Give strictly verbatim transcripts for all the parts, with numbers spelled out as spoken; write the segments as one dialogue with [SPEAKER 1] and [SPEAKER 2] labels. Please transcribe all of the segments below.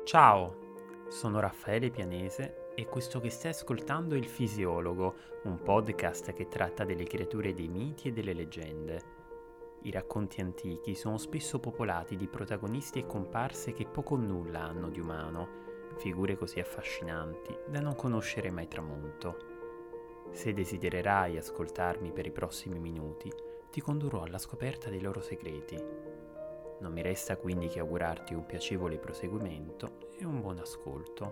[SPEAKER 1] Ciao, sono Raffaele Pianese e questo che stai ascoltando è Il Fisiologo, un podcast che tratta delle creature dei miti e delle leggende. I racconti antichi sono spesso popolati di protagonisti e comparse che poco o nulla hanno di umano, figure così affascinanti da non conoscere mai tramonto. Se desidererai ascoltarmi per i prossimi minuti, ti condurrò alla scoperta dei loro segreti. Non mi resta quindi che augurarti un piacevole proseguimento e un buon ascolto.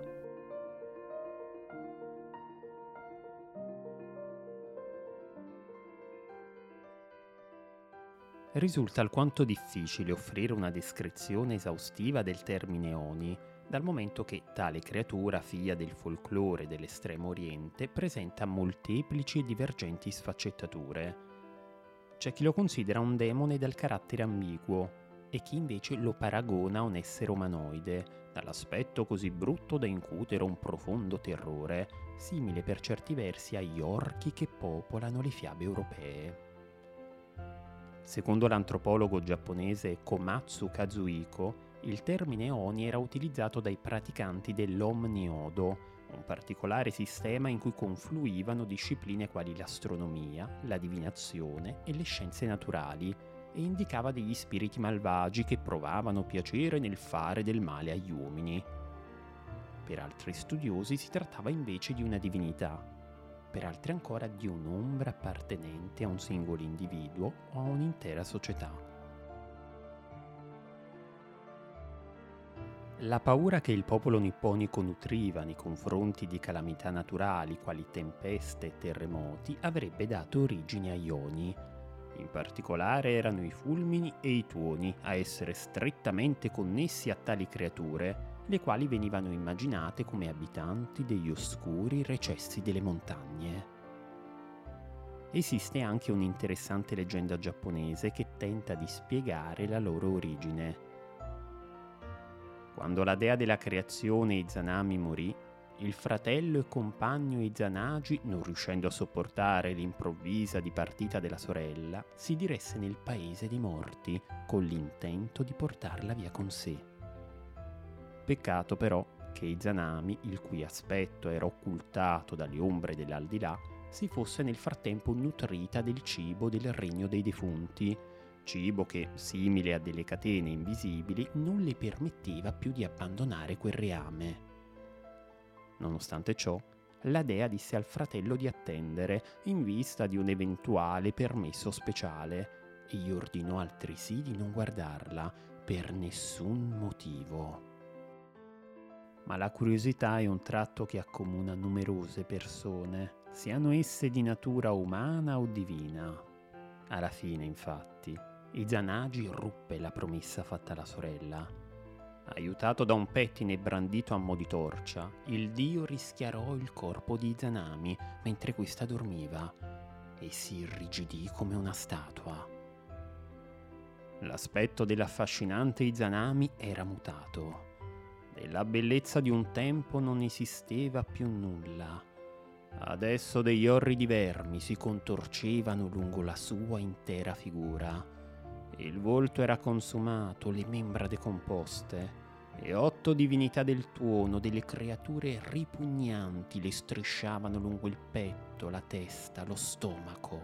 [SPEAKER 1] Risulta alquanto difficile offrire una descrizione esaustiva del termine Oni, dal momento che tale creatura, figlia del folklore dell'Estremo Oriente, presenta molteplici e divergenti sfaccettature. C'è chi lo considera un demone dal carattere ambiguo, e chi invece lo paragona a un essere umanoide, dall'aspetto così brutto da incutere un profondo terrore, simile per certi versi agli orchi che popolano le fiabe europee. Secondo l'antropologo giapponese Komatsu Kazuhiko, il termine Oni era utilizzato dai praticanti dell'Om-Nyodo, un particolare sistema in cui confluivano discipline quali l'astronomia, la divinazione e le scienze naturali, e indicava degli spiriti malvagi che provavano piacere nel fare del male agli uomini. Per altri studiosi si trattava invece di una divinità, per altri ancora di un'ombra appartenente a un singolo individuo o a un'intera società. La paura che il popolo nipponico nutriva nei confronti di calamità naturali quali tempeste e terremoti avrebbe dato origine agli Oni. In particolare erano i fulmini e i tuoni a essere strettamente connessi a tali creature, le quali venivano immaginate come abitanti degli oscuri recessi delle montagne. Esiste anche un'interessante leggenda giapponese che tenta di spiegare la loro origine. Quando la dea della creazione Izanami morì, il fratello e compagno Izanagi, non riuscendo a sopportare l'improvvisa dipartita della sorella, si diresse nel paese dei morti con l'intento di portarla via con sé. Peccato però che Izanami, il cui aspetto era occultato dalle ombre dell'aldilà, si fosse nel frattempo nutrita del cibo del regno dei defunti, cibo che, simile a delle catene invisibili, non le permetteva più di abbandonare quel reame. Nonostante ciò, la dea disse al fratello di attendere in vista di un eventuale permesso speciale e gli ordinò altresì di non guardarla per nessun motivo. Ma la curiosità è un tratto che accomuna numerose persone, siano esse di natura umana o divina. Alla fine, infatti, Izanagi ruppe la promessa fatta alla sorella. Aiutato da un pettine brandito a mo' di torcia, il dio rischiarò il corpo di Izanami mentre questa dormiva e si irrigidì come una statua. L'aspetto dell'affascinante Izanami era mutato. Della bellezza di un tempo non esisteva più nulla. Adesso degli orridi vermi si contorcevano lungo la sua intera figura. Il volto era consumato, le membra decomposte, e otto divinità del tuono, delle creature ripugnanti, le strisciavano lungo il petto, la testa, lo stomaco.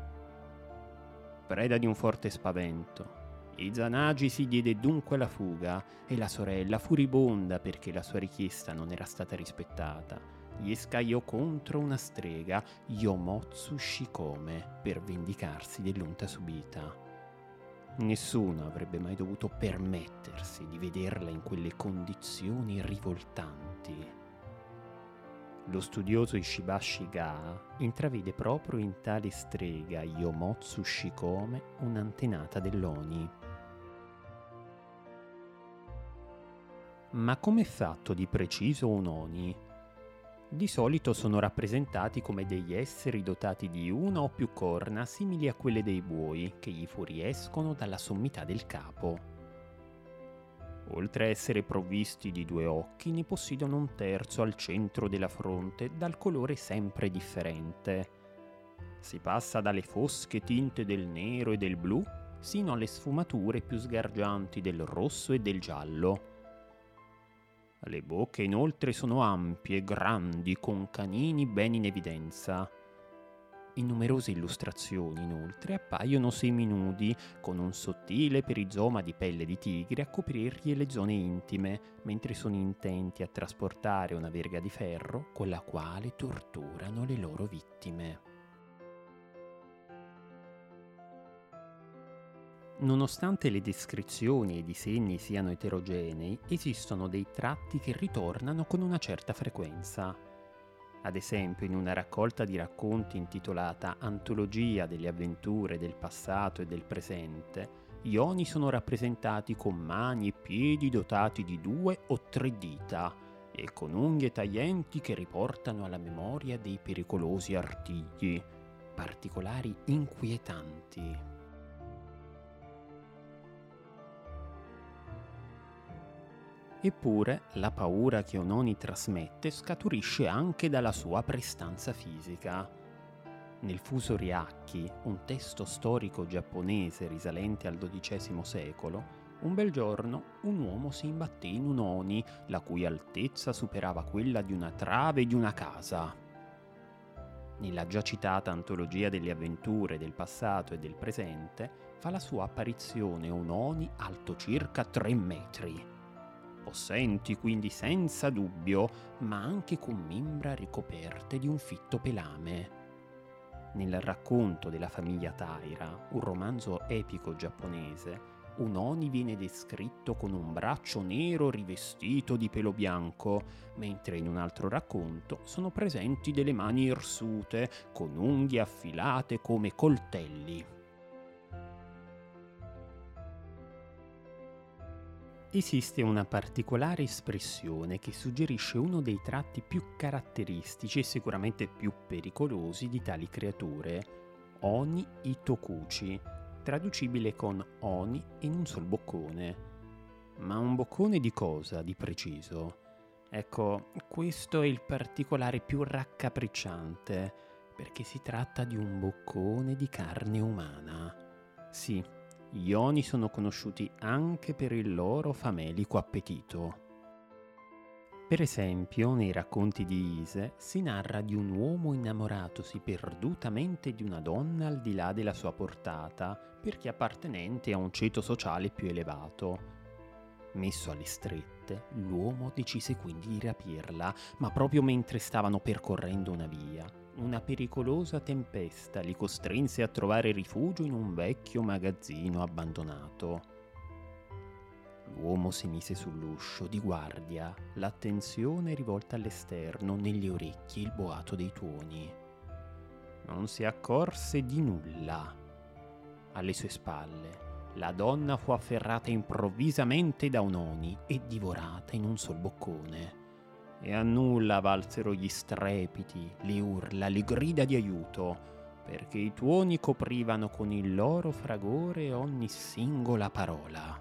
[SPEAKER 1] Preda di un forte spavento, Izanagi si diede dunque alla fuga e la sorella, furibonda perché la sua richiesta non era stata rispettata, gli scagliò contro una strega, Yomotsu Shikome, per vendicarsi dell'onta subita. Nessuno avrebbe mai dovuto permettersi di vederla in quelle condizioni rivoltanti. Lo studioso Ishibashi Gaa intravede proprio in tale strega Yomotsu Shikome un'antenata dell'Oni. Ma com'è fatto di preciso un Oni? Di solito sono rappresentati come degli esseri dotati di una o più corna simili a quelle dei buoi che gli fuoriescono dalla sommità del capo. Oltre a essere provvisti di due occhi, ne possiedono un terzo al centro della fronte dal colore sempre differente. Si passa dalle fosche tinte del nero e del blu sino alle sfumature più sgargianti del rosso e del giallo. Le bocche inoltre sono ampie, grandi, con canini ben in evidenza. In numerose illustrazioni, inoltre, appaiono seminudi, con un sottile perizoma di pelle di tigre a coprirgli le zone intime, mentre sono intenti a trasportare una verga di ferro con la quale torturano le loro vittime. Nonostante le descrizioni e i disegni siano eterogenei, esistono dei tratti che ritornano con una certa frequenza. Ad esempio, in una raccolta di racconti intitolata Antologia delle avventure del passato e del presente, gli oni sono rappresentati con mani e piedi dotati di due o tre dita e con unghie taglienti che riportano alla memoria dei pericolosi artigli, particolari inquietanti. Eppure, la paura che Ononi trasmette scaturisce anche dalla sua prestanza fisica. Nel Fuso Ryakki, un testo storico giapponese risalente al dodicesimo secolo, un bel giorno un uomo si imbatté in un Oni, la cui altezza superava quella di una trave di una casa. Nella già citata Antologia delle avventure del passato e del presente, fa la sua apparizione un Oni alto circa tre metri. Possenti quindi senza dubbio, ma anche con membra ricoperte di un fitto pelame. Nel racconto della famiglia Taira, un romanzo epico giapponese, un Oni viene descritto con un braccio nero rivestito di pelo bianco, mentre in un altro racconto sono presenti delle mani irsute, con unghie affilate come coltelli. Esiste una particolare espressione che suggerisce uno dei tratti più caratteristici e sicuramente più pericolosi di tali creature, Oni Itokuchi, traducibile con Oni in un sol boccone. Ma un boccone di cosa, di preciso? Ecco, questo è il particolare più raccapricciante, perché si tratta di un boccone di carne umana. Sì, gli Oni sono conosciuti anche per il loro famelico appetito. Per esempio, nei racconti di Ise si narra di un uomo innamoratosi perdutamente di una donna al di là della sua portata, perché appartenente a un ceto sociale più elevato. Messo alle strette, l'uomo decise quindi di rapirla, ma proprio mentre stavano percorrendo una via. Una pericolosa tempesta li costrinse a trovare rifugio in un vecchio magazzino abbandonato. L'uomo si mise sull'uscio di guardia, l'attenzione rivolta all'esterno, negli orecchi il boato dei tuoni. Non si accorse di nulla. Alle sue spalle, la donna fu afferrata improvvisamente da un Oni e divorata in un sol boccone. E a nulla valsero gli strepiti, le urla, le grida di aiuto, perché i tuoni coprivano con il loro fragore ogni singola parola.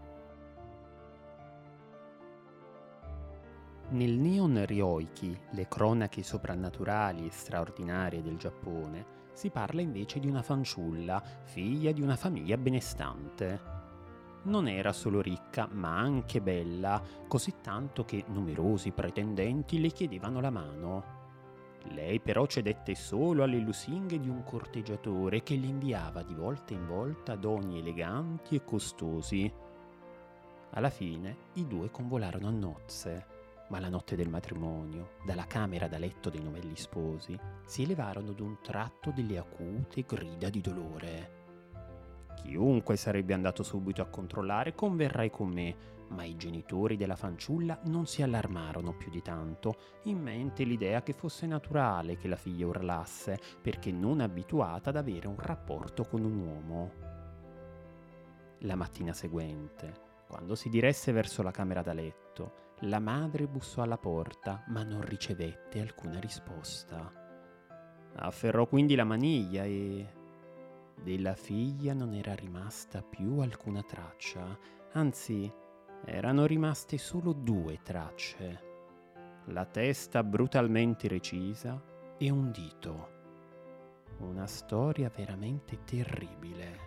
[SPEAKER 1] Nel Nihon Ryoiki, le cronache soprannaturali e straordinarie del Giappone, si parla invece di una fanciulla, figlia di una famiglia benestante. Non era solo ricca, ma anche bella, così tanto che numerosi pretendenti le chiedevano la mano. Lei però cedette solo alle lusinghe di un corteggiatore che le inviava di volta in volta doni eleganti e costosi. Alla fine i due convolarono a nozze, ma la notte del matrimonio, dalla camera da letto dei novelli sposi, si elevarono d'un tratto delle acute grida di dolore. Chiunque sarebbe andato subito a controllare converrai con me, ma i genitori della fanciulla non si allarmarono più di tanto, in mente l'idea che fosse naturale che la figlia urlasse, perché non abituata ad avere un rapporto con un uomo. La mattina seguente, quando si diresse verso la camera da letto, la madre bussò alla porta, ma non ricevette alcuna risposta. Afferrò quindi la maniglia e della figlia non era rimasta più alcuna traccia, anzi, erano rimaste solo due tracce: la testa brutalmente recisa e un dito. Una storia veramente terribile.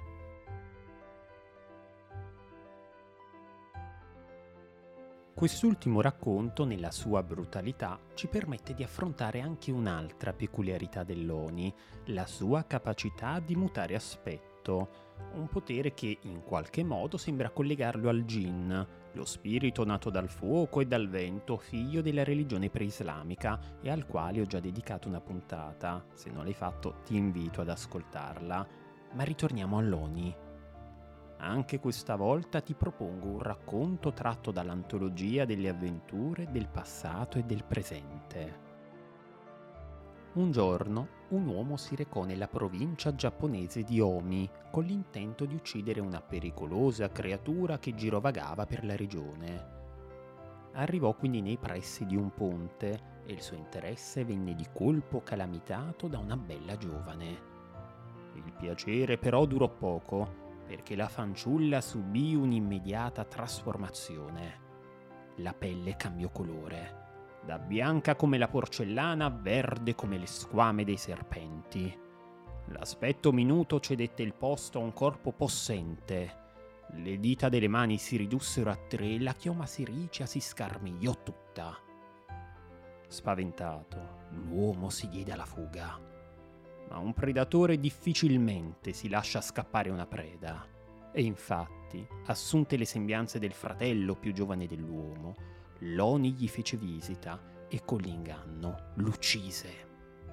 [SPEAKER 1] Quest'ultimo racconto, nella sua brutalità, ci permette di affrontare anche un'altra peculiarità dell'Oni, la sua capacità di mutare aspetto, un potere che in qualche modo sembra collegarlo al Jinn, lo spirito nato dal fuoco e dal vento, figlio della religione preislamica e al quale ho già dedicato una puntata. Se non l'hai fatto, ti invito ad ascoltarla. Ma ritorniamo all'Oni. Anche questa volta ti propongo un racconto tratto dall'antologia delle avventure del passato e del presente. Un giorno un uomo si recò nella provincia giapponese di Omi con l'intento di uccidere una pericolosa creatura che girovagava per la regione. Arrivò quindi nei pressi di un ponte e il suo interesse venne di colpo calamitato da una bella giovane. Il piacere però durò poco, perché la fanciulla subì un'immediata trasformazione. La pelle cambiò colore, da bianca come la porcellana a verde come le squame dei serpenti. L'aspetto minuto cedette il posto a un corpo possente. Le dita delle mani si ridussero a tre e la chioma siricea si scarmigliò tutta. Spaventato, l'uomo si diede alla fuga. Ma un predatore difficilmente si lascia scappare una preda. E infatti, assunte le sembianze del fratello più giovane dell'uomo, l'Oni gli fece visita e con l'inganno l'uccise.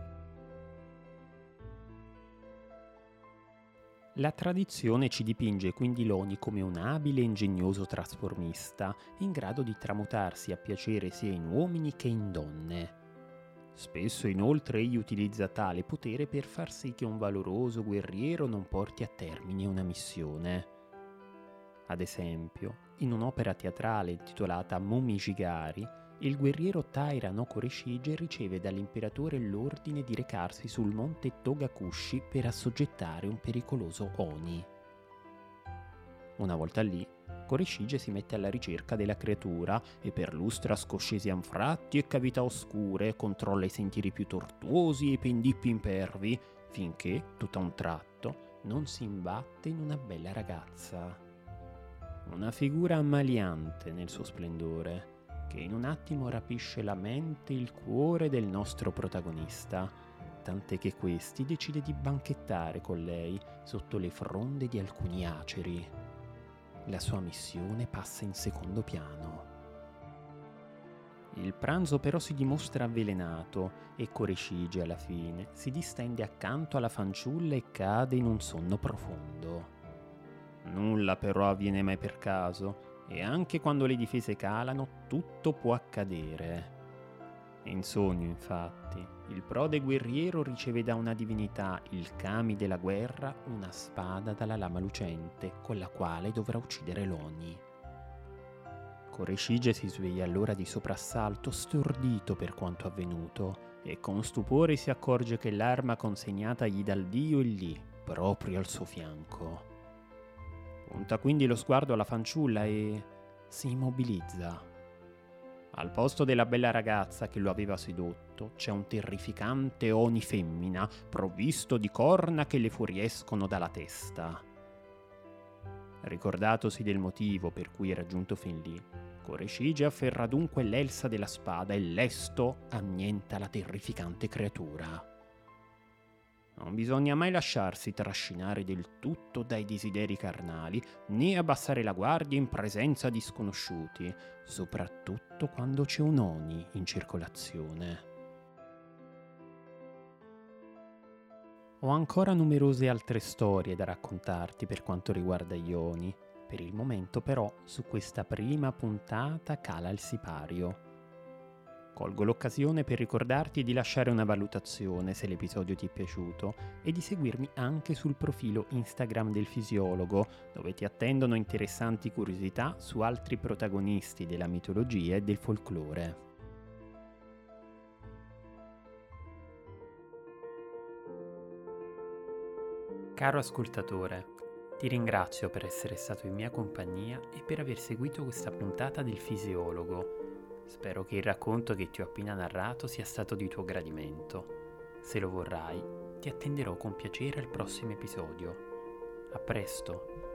[SPEAKER 1] La tradizione ci dipinge quindi l'Oni come un abile e ingegnoso trasformista, in grado di tramutarsi a piacere sia in uomini che in donne. Spesso inoltre egli utilizza tale potere per far sì che un valoroso guerriero non porti a termine una missione. Ad esempio, in un'opera teatrale intitolata Momijigari, il guerriero Taira no Koreshige riceve dall'imperatore l'ordine di recarsi sul monte Togakushi per assoggettare un pericoloso Oni. Una volta lì, Koreshige si mette alla ricerca della creatura e perlustra scoscesi anfratti e cavità oscure, controlla i sentieri più tortuosi e i pendii impervi, finché, tutto a un tratto, non si imbatte in una bella ragazza. Una figura ammaliante nel suo splendore, che in un attimo rapisce la mente e il cuore del nostro protagonista, tant'è che questi decide di banchettare con lei sotto le fronde di alcuni aceri. La sua missione passa in secondo piano. Il pranzo però si dimostra avvelenato e Koreshige alla fine si distende accanto alla fanciulla e cade in un sonno profondo. Nulla però avviene mai per caso e anche quando le difese calano tutto può accadere. In sogno, infatti, il prode guerriero riceve da una divinità, il kami della guerra, una spada dalla lama lucente con la quale dovrà uccidere l'Oni. Koreshige si sveglia allora di soprassalto, stordito per quanto avvenuto, e con stupore si accorge che l'arma consegnatagli dal dio è lì, proprio al suo fianco. Punta quindi lo sguardo alla fanciulla e si immobilizza. Al posto della bella ragazza che lo aveva sedotto c'è un terrificante Oni femmina provvisto di corna che le fuoriescono dalla testa. Ricordatosi del motivo per cui era giunto fin lì, Koreshige afferra dunque l'elsa della spada e lesto annienta la terrificante creatura. Non bisogna mai lasciarsi trascinare del tutto dai desideri carnali, né abbassare la guardia in presenza di sconosciuti, soprattutto quando c'è un Oni in circolazione. Ho ancora numerose altre storie da raccontarti per quanto riguarda gli Oni. Per il momento però su questa prima puntata cala il sipario. Colgo l'occasione per ricordarti di lasciare una valutazione se l'episodio ti è piaciuto e di seguirmi anche sul profilo Instagram del Fisiologo, dove ti attendono interessanti curiosità su altri protagonisti della mitologia e del folklore. Caro ascoltatore, ti ringrazio per essere stato in mia compagnia e per aver seguito questa puntata del Fisiologo. Spero che il racconto che ti ho appena narrato sia stato di tuo gradimento. Se lo vorrai, ti attenderò con piacere al prossimo episodio. A presto!